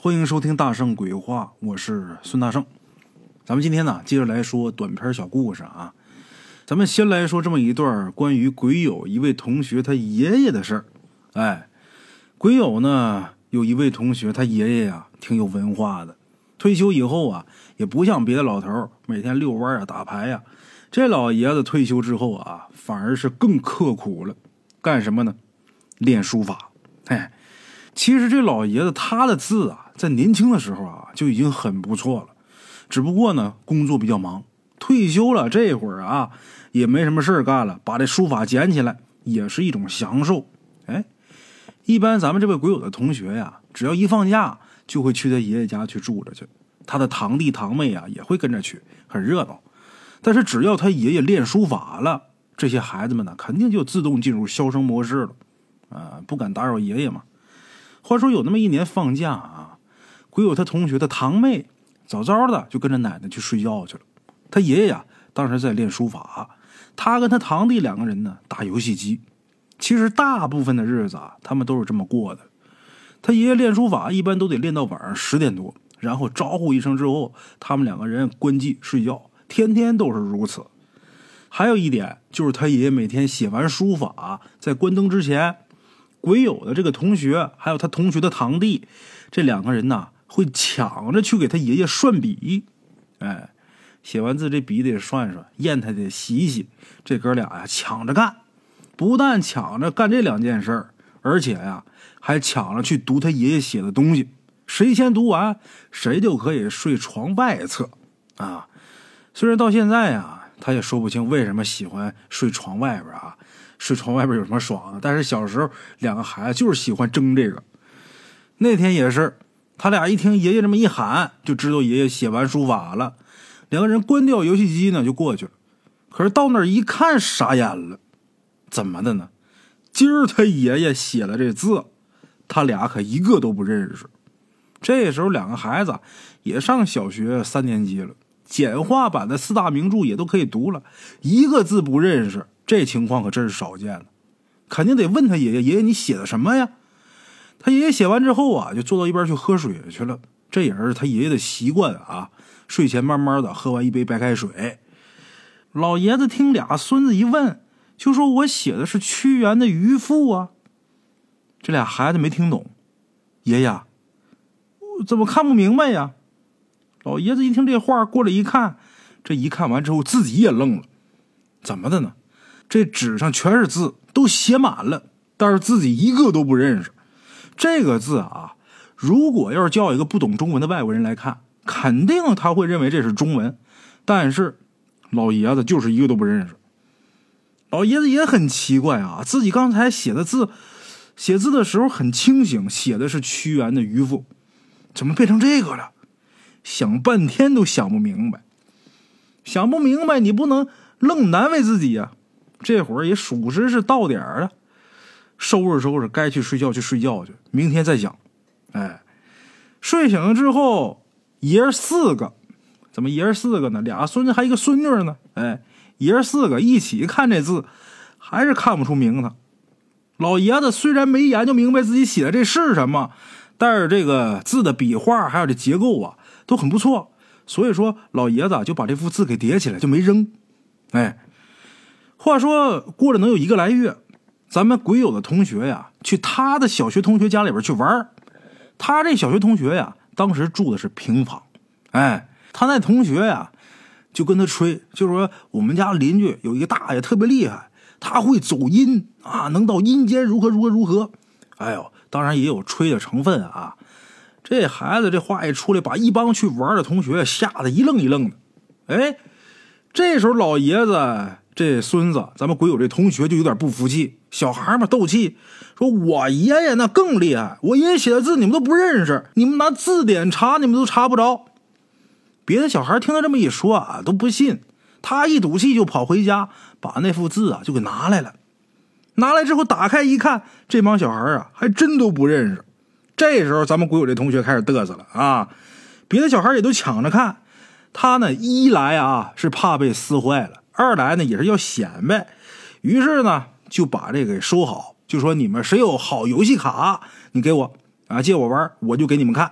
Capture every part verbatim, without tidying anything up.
欢迎收听大圣鬼话，我是孙大圣。咱们今天呢，接着来说短篇小故事啊。咱们先来说这么一段关于鬼友一位同学他爷爷的事儿。哎，鬼友呢有一位同学，他爷爷呀、啊、挺有文化的，退休以后啊，也不像别的老头每天遛弯啊打牌啊，这老爷子退休之后啊，反而是更刻苦了。干什么呢？练书法。哎，其实这老爷子他的字啊，在年轻的时候啊就已经很不错了，只不过呢工作比较忙，退休了这会儿啊也没什么事干了，把这书法捡起来也是一种享受。哎，一般咱们这位鬼友的同学呀，只要一放假就会去他爷爷家去住着去，他的堂弟堂妹啊也会跟着去，很热闹。但是只要他爷爷练书法了，这些孩子们呢肯定就自动进入销声模式了啊，不敢打扰爷爷嘛。话说有那么一年放假啊，鬼友他同学的堂妹早早的就跟着奶奶去睡觉去了。他爷爷呀、啊、当时在练书法，他跟他堂弟两个人呢打游戏机。其实大部分的日子啊他们都是这么过的。他爷爷练书法一般都得练到晚上十点多，然后招呼一声之后，他们两个人关机睡觉，天天都是如此。还有一点就是他爷爷每天写完书法，在关灯之前，鬼友的这个同学还有他同学的堂弟，这两个人呢会抢着去给他爷爷涮笔。哎，写完字这笔得涮涮，砚台得洗洗，这哥俩呀抢着干，不但抢着干这两件事儿，而且呀还抢着去读他爷爷写的东西，谁先读完谁就可以睡床外侧啊。虽然到现在呀他也说不清为什么喜欢睡床外边啊，睡床外边有什么爽的，但是小时候两个孩子就是喜欢争这个。那天也是，他俩一听爷爷这么一喊，就知道爷爷写完书法了，两个人关掉游戏机呢就过去了。可是到那儿一看傻眼了，怎么的呢？今儿他爷爷写的这字，他俩可一个都不认识。这时候两个孩子也上小学三年级了，简化版的四大名著也都可以读了，一个字不认识，这情况可真是少见了。肯定得问他爷爷，爷爷你写的什么呀？他爷爷写完之后啊，就坐到一边去喝水去了，这也是他爷爷的习惯啊，睡前慢慢的喝完一杯白开水。老爷子听俩孙子一问，就说我写的是屈原的渔父啊。这俩孩子没听懂，爷爷怎么看不明白呀？老爷子一听这话，过来一看，这一看完之后自己也愣了。怎么的呢？这纸上全是字，都写满了，但是自己一个都不认识。这个字啊，如果要是叫一个不懂中文的外国人来看，肯定他会认为这是中文，但是老爷子就是一个都不认识。老爷子也很奇怪啊，自己刚才写的字，写字的时候很清醒，写的是屈原的渔父，怎么变成这个了？想半天都想不明白。想不明白你不能愣难为自己呀、啊。这会儿也属实是到点儿了，收拾收拾该去睡觉去睡觉去，明天再讲。哎，睡醒了之后，爷儿四个，怎么爷儿四个呢？俩孙子还一个孙女呢。哎，爷儿四个一起看这字，还是看不出名堂。老爷子虽然没研究明白自己写的这是什么，但是这个字的笔画还有这结构啊都很不错，所以说老爷子就把这幅字给叠起来，就没扔。哎，话说过了能有一个来月，咱们鬼友的同学呀去他的小学同学家里边去玩。他这小学同学呀当时住的是平房。哎，他那同学呀就跟他吹，就说我们家邻居有一个大爷特别厉害，他会走阴啊，能到阴间如何如何如何。哎呦，当然也有吹的成分啊。这孩子这话一出来，把一帮去玩的同学吓得一愣一愣的。哎，这时候老爷子这孙子，咱们鬼友这同学就有点不服气，小孩嘛斗气，说我爷爷那更厉害，我爷爷写的字你们都不认识，你们拿字典查你们都查不着。别的小孩听他这么一说啊，都不信。他一赌气就跑回家，把那幅字啊就给拿来了。拿来之后打开一看，这帮小孩啊还真都不认识。这时候咱们鬼友这同学开始嘚瑟了啊，别的小孩也都抢着看。他呢一来啊是怕被撕坏了，二来呢也是要显摆，于是呢就把这个给收好，就说你们谁有好游戏卡你给我啊，借我玩我就给你们看，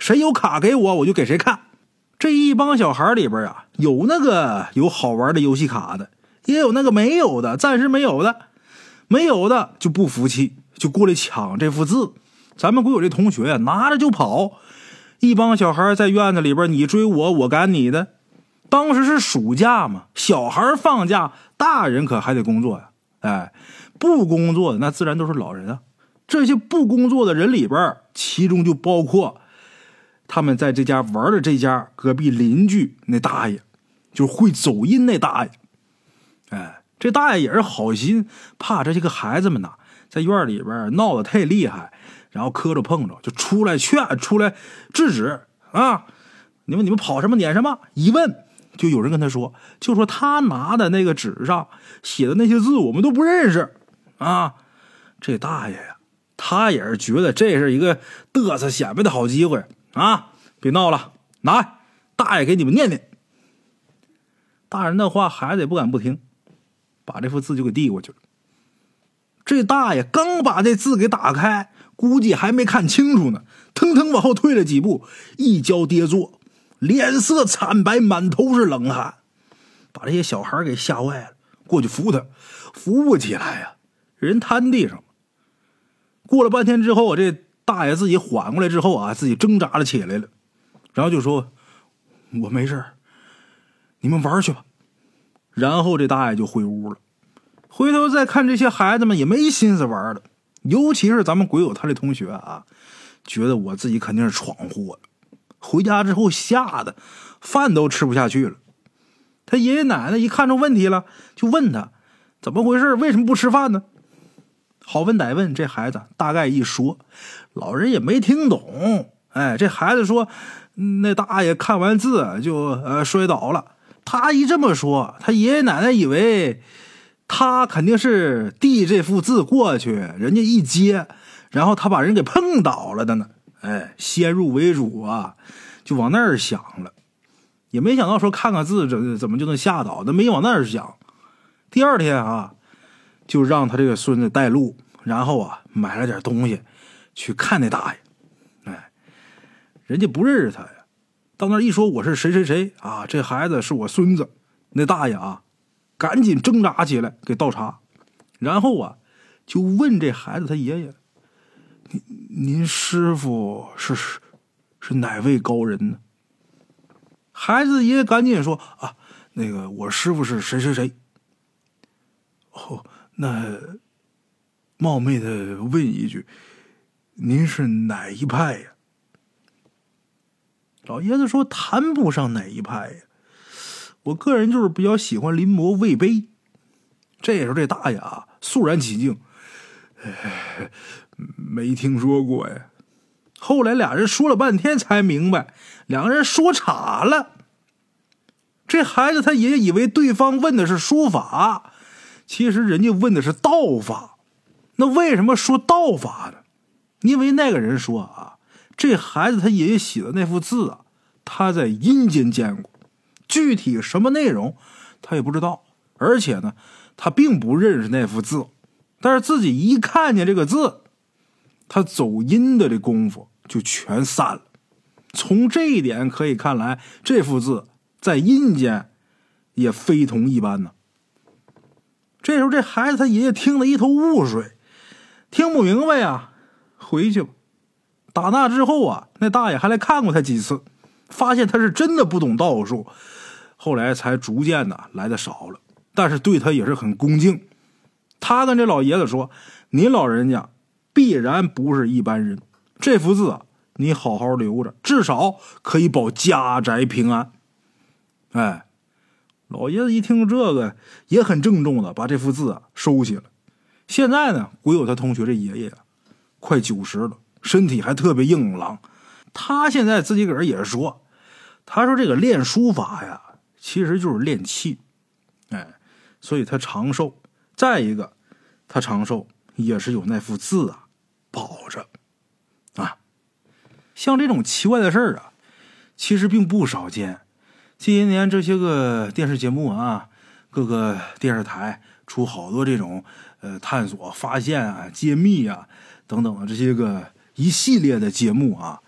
谁有卡给我，我就给谁看。这一帮小孩里边啊，有那个有好玩的游戏卡的，也有那个没有的，暂时没有的。没有的就不服气，就过来抢这幅字。咱们鬼友这同学啊，拿着就跑。一帮小孩在院子里边，你追我，我赶你的。当时是暑假嘛，小孩放假，大人可还得工作呀。哎，不工作的那自然都是老人啊。这些不工作的人里边，其中就包括他们在这家玩的这家隔壁邻居那大爷，就是会走音那大爷。哎，这大爷也是好心，怕这些个孩子们呐在院里边闹得太厉害，然后磕着碰着，就出来劝，出来制止啊！你们你们跑什么撵什么？一问就有人跟他说，就说他拿的那个纸上写的那些字我们都不认识啊！这大爷呀，他也是觉得这是一个嘚瑟显摆的好机会啊！别闹了，来，大爷给你们念念。大人的话，孩子也不敢不听，把这幅字就给递过去了。这大爷刚把这字给打开，估计还没看清楚呢，腾腾往后退了几步，一跤跌坐，脸色惨白，满头是冷汗，把这些小孩给吓坏了，过去扶他，扶不起来呀，人瘫地上了。过了半天之后，这大爷自己缓过来之后啊，自己挣扎了起来了，然后就说：“我没事，你们玩去吧。”然后这大爷就回屋了。回头再看这些孩子们也没心思玩了，尤其是咱们鬼友他这同学啊，觉得我自己肯定是闯祸了。回家之后吓得饭都吃不下去了。他爷爷奶奶一看出问题了，就问他怎么回事，为什么不吃饭呢？好问歹问，这孩子大概一说，老人也没听懂。哎，这孩子说那大爷看完字就呃摔倒了。他一这么说，他爷爷奶奶以为他肯定是递这幅字过去，人家一接，然后他把人给碰倒了的呢。哎，先入为主啊，就往那儿想了，也没想到说看看字怎怎么就能吓倒的，没往那儿想。第二天啊，就让他这个孙子带路，然后啊买了点东西去看那大爷。哎，人家不认识他呀，到那儿一说我是谁谁谁啊，这孩子是我孙子，那大爷啊赶紧挣扎起来给倒茶，然后啊就问这孩子他爷爷：“您您师傅是是哪位高人呢？”孩子爷爷赶紧说：“啊，那个我师傅是谁谁谁。”哦，那冒昧的问一句，您是哪一派呀？老爷子说：“谈不上哪一派呀，我个人就是比较喜欢临摹魏碑。”这时候这大爷啊肃然起敬：“哎，没听说过呀。”后来俩人说了半天才明白，两个人说岔了。这孩子他爷爷以为对方问的是书法，其实人家问的是道法。那为什么说道法呢？因为那个人说啊，这孩子他爷爷写的那幅字啊，他在阴间见过，具体什么内容他也不知道，而且呢他并不认识那幅字，但是自己一看见这个字，他走阴的这功夫就全散了。从这一点可以看来，这幅字在阴间也非同一般呢。这时候这孩子他爷爷听得一头雾水，听不明白呀，回去吧。打那之后啊，那大爷还来看过他几次，发现他是真的不懂道术，后来才逐渐的来的少了，但是对他也是很恭敬。他跟这老爷子说：“您老人家必然不是一般人，这幅字啊，你好好留着，至少可以保家宅平安。”哎，老爷子一听这个，也很郑重的把这幅字啊收起了。现在呢，鬼友他同学这爷爷啊，快九十了，身体还特别硬朗。他现在自己个人也说，他说这个练书法呀，其实就是练气，哎，所以他长寿。再一个，他长寿也是有那幅字啊保着啊。像这种奇怪的事儿啊，其实并不少见。近些年这些个电视节目啊，各个电视台出好多这种呃探索、发现啊、揭秘啊等等的这些个一系列的节目啊，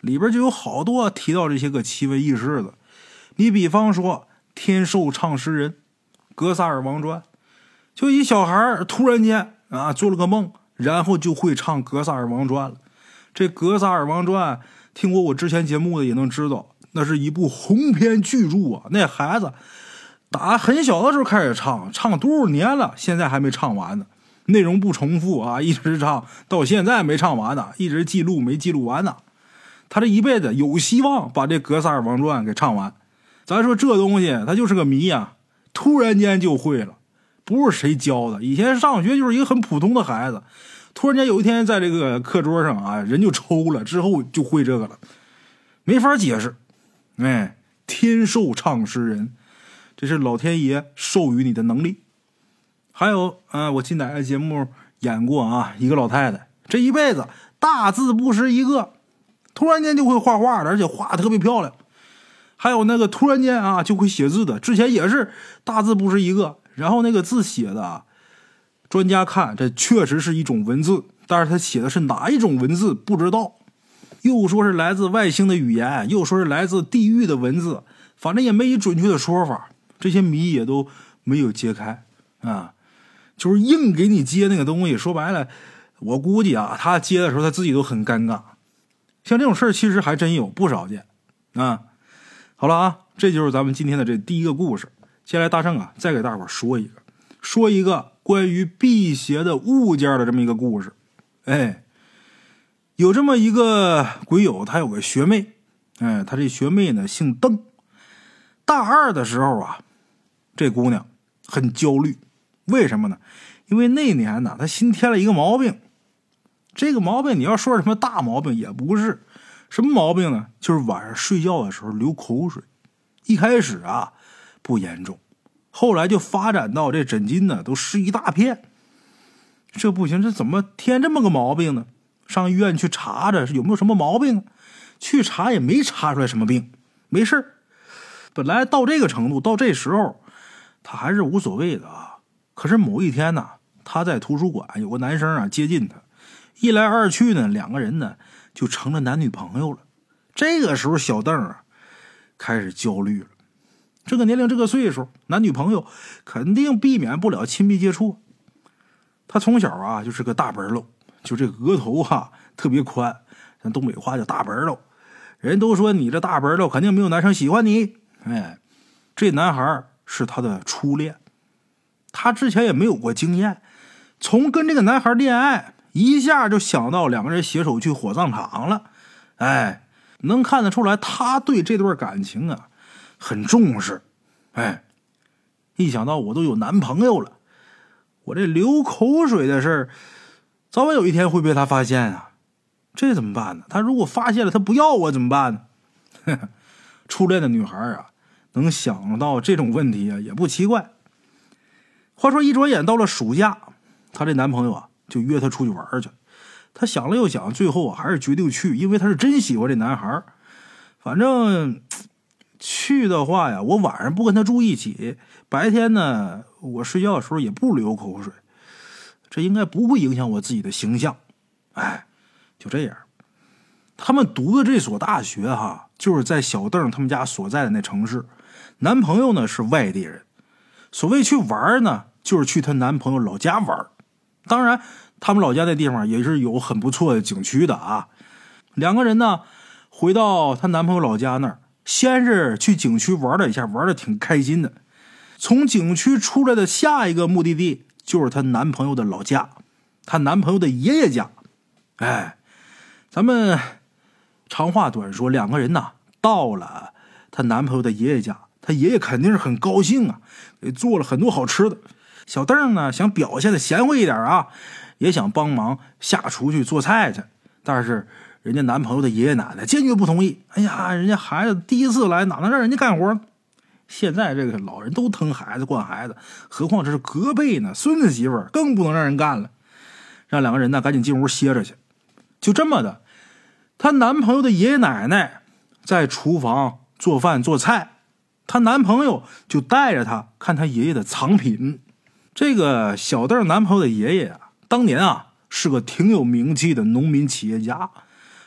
里边就有好多提到这些个奇闻异事的。你比方说天寿唱诗人格萨尔王传，就一小孩突然间啊做了个梦，然后就会唱格萨尔王传了。这格萨尔王传听过我之前节目的也能知道，那是一部鸿篇巨著啊。那孩子打很小的时候开始唱，唱多少年了，现在还没唱完呢。内容不重复啊，一直唱到现在没唱完呢，一直记录没记录完呢。他这一辈子有希望把这格萨尔王传给唱完。咱说这东西他就是个谜啊，突然间就会了，不是谁教的。以前上学就是一个很普通的孩子，突然间有一天在这个课桌上啊，人就抽了，之后就会这个了，没法解释。哎，天授唱诗人，这是老天爷授予你的能力。还有啊，我进奶奶节目演过啊，一个老太太这一辈子大字不识一个，突然间就会画画的，而且画得特别漂亮。还有那个突然间啊就会写字的，之前也是大字不识一个，然后那个字写的啊，专家看这确实是一种文字，但是他写的是哪一种文字不知道，又说是来自外星的语言，又说是来自地狱的文字，反正也没一准确的说法，这些谜也都没有揭开啊，就是硬给你接那个东西。说白了，我估计啊，他接的时候他自己都很尴尬。像这种事儿其实还真有不少见啊。好了啊，这就是咱们今天的这第一个故事。接下来大圣啊，再给大伙说一个，说一个关于辟邪的物件的这么一个故事。哎，有这么一个鬼友，他有个学妹，哎，他这学妹呢姓邓。大二的时候啊，这姑娘很焦虑，为什么呢？因为那年呢，她新添了一个毛病。这个毛病你要说什么大毛病也不是，什么毛病呢？就是晚上睡觉的时候流口水。一开始啊不严重，后来就发展到这枕巾呢都湿一大片。这不行，这怎么添这么个毛病呢？上医院去查查有没有什么毛病，去查也没查出来什么病，没事。本来到这个程度，到这时候他还是无所谓的啊。可是某一天呢，他在图书馆有个男生啊接近他，一来二去呢，两个人呢就成了男女朋友了。这个时候小邓啊开始焦虑了。这个年龄这个岁数，男女朋友肯定避免不了亲密接触。他从小啊就是个大本漏，就这个额头啊特别宽，咱东北话叫大本漏。人都说你这大本漏肯定没有男生喜欢你。哎，这男孩是他的初恋，他之前也没有过经验，从跟这个男孩恋爱一下就想到两个人携手去火葬场了。哎，能看得出来他对这段感情啊很重视。哎，一想到我都有男朋友了，我这流口水的事儿早晚有一天会被他发现啊，这怎么办呢？他如果发现了他不要我怎么办呢？呵呵，初恋的女孩啊能想到这种问题啊也不奇怪。话说一转眼到了暑假，她这男朋友啊就约她出去玩去。她想了又想，最后啊还是决定去，因为她是真喜欢这男孩。反正去的话呀，我晚上不跟他住一起，白天呢我睡觉的时候也不流口水，这应该不会影响我自己的形象。哎，就这样。他们读的这所大学哈，就是在小邓他们家所在的那城市。男朋友呢是外地人，所谓去玩呢，就是去她男朋友老家玩。当然，他们老家那地方也是有很不错的景区的啊。两个人呢，回到她男朋友老家那儿，先是去景区玩了一下，玩的挺开心的。从景区出来的下一个目的地就是她男朋友的老家，她男朋友的爷爷家。哎，咱们长话短说，两个人呐到了她男朋友的爷爷家，她爷爷肯定是很高兴啊，给做了很多好吃的。小邓呢想表现的贤惠一点啊，也想帮忙下厨去做菜去，但是人家男朋友的爷爷奶奶坚决不同意。哎呀，人家孩子第一次来，哪能让人家干活呢？现在这个老人都疼孩子惯孩子，何况这是隔辈呢，孙子媳妇儿更不能让人干了。让两个人呢赶紧进屋歇着去。就这么的，她男朋友的爷爷奶奶在厨房做饭做菜，她男朋友就带着她看她爷爷的藏品。这个小邓男朋友的爷爷啊，当年啊是个挺有名气的农民企业家，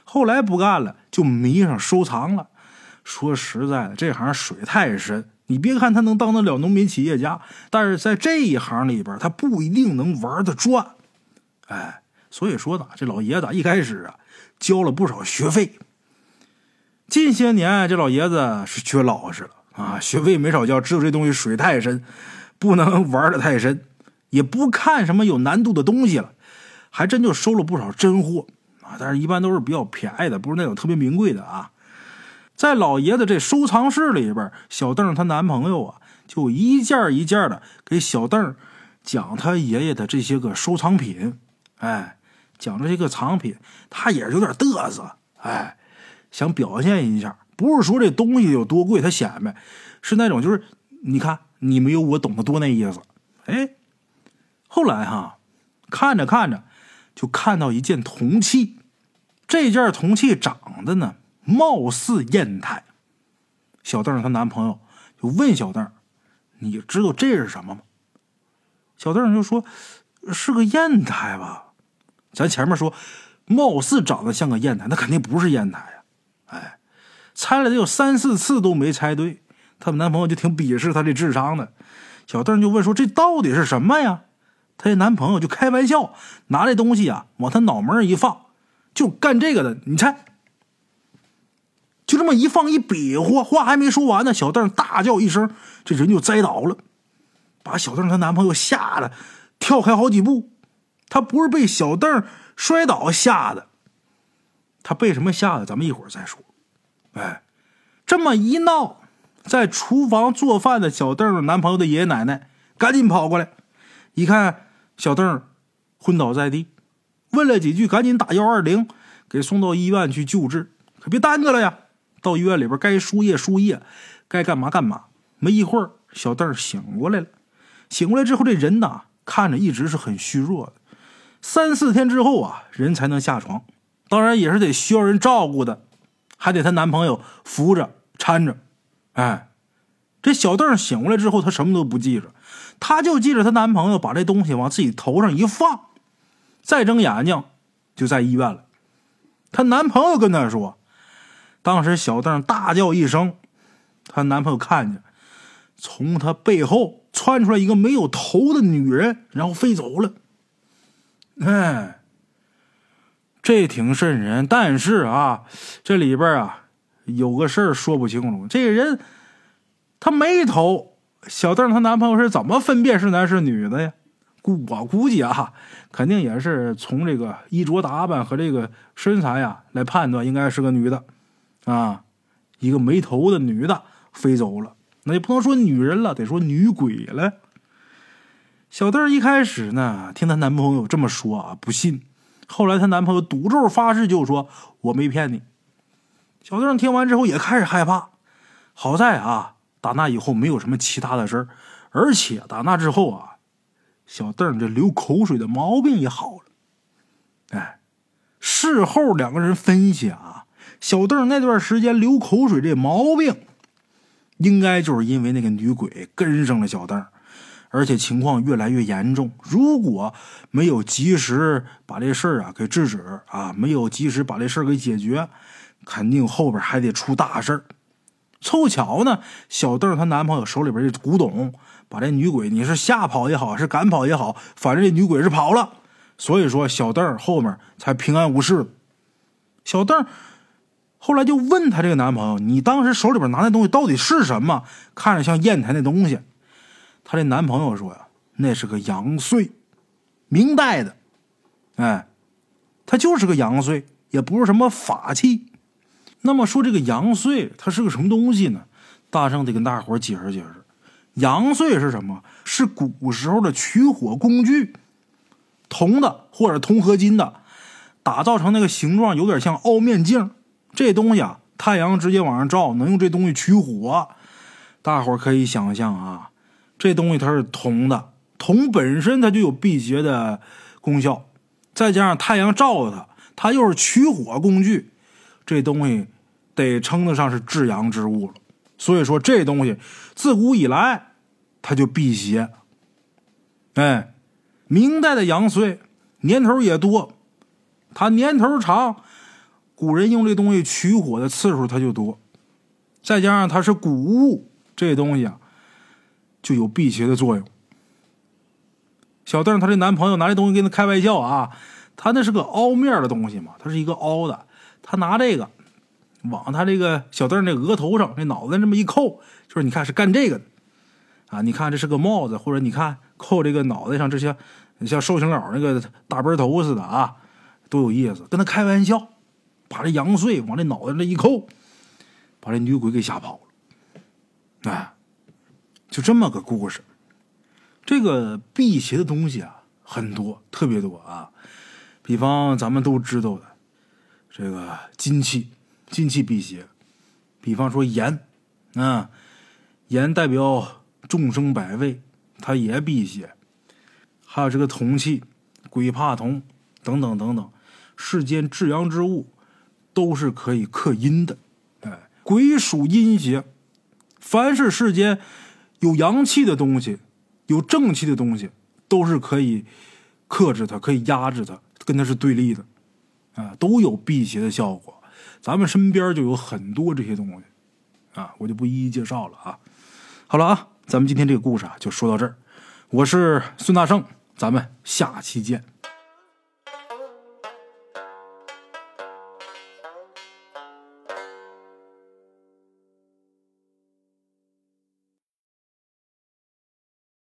后来不干了，就迷上收藏了。说实在的，这行水太深，你别看他能当得了农民企业家，但是在这一行里边他不一定能玩得转。哎，所以说呢，这老爷子一开始啊交了不少学费。近些年这老爷子是缺老实了啊，学费没少交，知道这东西水太深，不能玩得太深，也不看什么有难度的东西了，还真就收了不少真货啊，但是一般都是比较便宜的，不是那种特别名贵的啊。在老爷子这收藏室里边，小邓她男朋友啊就一件一件的给小邓讲他爷爷的这些个收藏品。哎，讲这些个藏品，他也是有点嘚瑟，哎，想表现一下，不是说这东西有多贵他显摆，是那种就是你看你没有我懂得多那意思。哎，后来哈看着看着就看到一件铜器，这件铜器长得呢貌似砚台。小邓她男朋友就问小邓，你知道这是什么吗？小邓就说是个砚台吧。咱前面说貌似长得像个砚台，那肯定不是砚台呀。哎，猜了得有三四次都没猜对，他们男朋友就挺鄙视他这智商的。小邓就问说这到底是什么呀？他这男朋友就开玩笑拿这东西啊往他脑门一放，就干这个的，你猜。就这么一放一比划，话还没说完呢，小邓大叫一声，这人就栽倒了，把小邓她男朋友吓得跳开好几步。他不是被小邓摔倒吓的，他被什么吓的咱们一会儿再说。哎，这么一闹，在厨房做饭的小邓男朋友的爷爷奶奶赶紧跑过来，一看小邓昏倒在地，问了几句赶紧打一二零给送到医院去救治，可别耽搁了呀。到医院里边该输液输液，该干嘛干嘛。没一会儿小邓醒过来了，醒过来之后这人呐看着一直是很虚弱的，三四天之后啊人才能下床，当然也是得需要人照顾的，还得她男朋友扶着搀着。哎，这小邓醒过来之后她什么都不记着，她就记着她男朋友把这东西往自己头上一放，再睁眼睛就在医院了。她男朋友跟她说，当时小邓大叫一声，她男朋友看见从她背后窜出来一个没有头的女人，然后飞走了。哎，这挺瘆人，但是啊这里边啊有个事儿说不清楚，这个人他没头，小邓她男朋友是怎么分辨是男是女的呀？我估计啊肯定也是从这个衣着打扮和这个身材啊来判断，应该是个女的啊，一个没头的女的飞走了，那也不能说女人了，得说女鬼了。小邓一开始呢听她男朋友这么说啊不信，后来她男朋友赌咒发誓就说我没骗你。小邓听完之后也开始害怕，好在啊打那以后没有什么其他的事儿，而且打那之后啊小邓这流口水的毛病也好了。哎，事后两个人分析啊，小邓那段时间流口水这毛病应该就是因为那个女鬼跟上了小邓，而且情况越来越严重，如果没有及时把这事儿啊给制止啊，没有及时把这事儿给解决，肯定后边还得出大事儿。凑巧呢小邓她男朋友手里边这古董把这女鬼你是吓跑也好是赶跑也好，反正这女鬼是跑了，所以说小邓后面才平安无事。小邓后来就问她这个男朋友，你当时手里边拿那东西到底是什么？看着像砚台那东西。她这男朋友说呀，那是个阳穗，明代的。哎，它就是个阳穗，也不是什么法器。那么说这个阳穗它是个什么东西呢？大圣得跟大伙解释解释。阳穗是什么？是古时候的取火工具，铜的或者铜合金的，打造成那个形状有点像凹面镜。这东西啊太阳直接往上照，能用这东西取火。大伙可以想象啊，这东西它是铜的，铜本身它就有辟邪的功效，再加上太阳照它，它又是取火工具，这东西得称得上是至阳之物了。所以说这东西自古以来它就辟邪。哎，明代的阳穗年头也多，它年头长， 古人用这东西取火的次数它就多，再加上它是谷物，这东西啊就有辟邪的作用。小邓她这男朋友拿这东西跟她开玩笑啊，他那是个凹面的东西嘛，它是一个凹的，他拿这个往他这个小邓这额头上这脑袋这么一扣，就是你看是干这个的啊，你看这是个帽子，或者你看扣这个脑袋上，这些像寿星佬那个大背头似的啊，多有意思。跟他开玩笑，把这羊碎往这脑袋这一扣，把这女鬼给吓跑了。哎，就这么个故事。这个辟邪的东西啊很多，特别多啊。比方咱们都知道的这个金器，金器辟邪。比方说盐啊，盐代表众生百味，它也辟邪。还有这个铜器，鬼怕铜等等等等，世间至阳之物都是可以克阴的。哎，鬼属阴邪，凡是世间有阳气的东西，有正气的东西，都是可以克制它，可以压制它，跟它是对立的啊，都有辟邪的效果。咱们身边就有很多这些东西啊，我就不一一介绍了啊。好了啊，咱们今天这个故事啊就说到这儿。我是孙大圣，咱们下期见。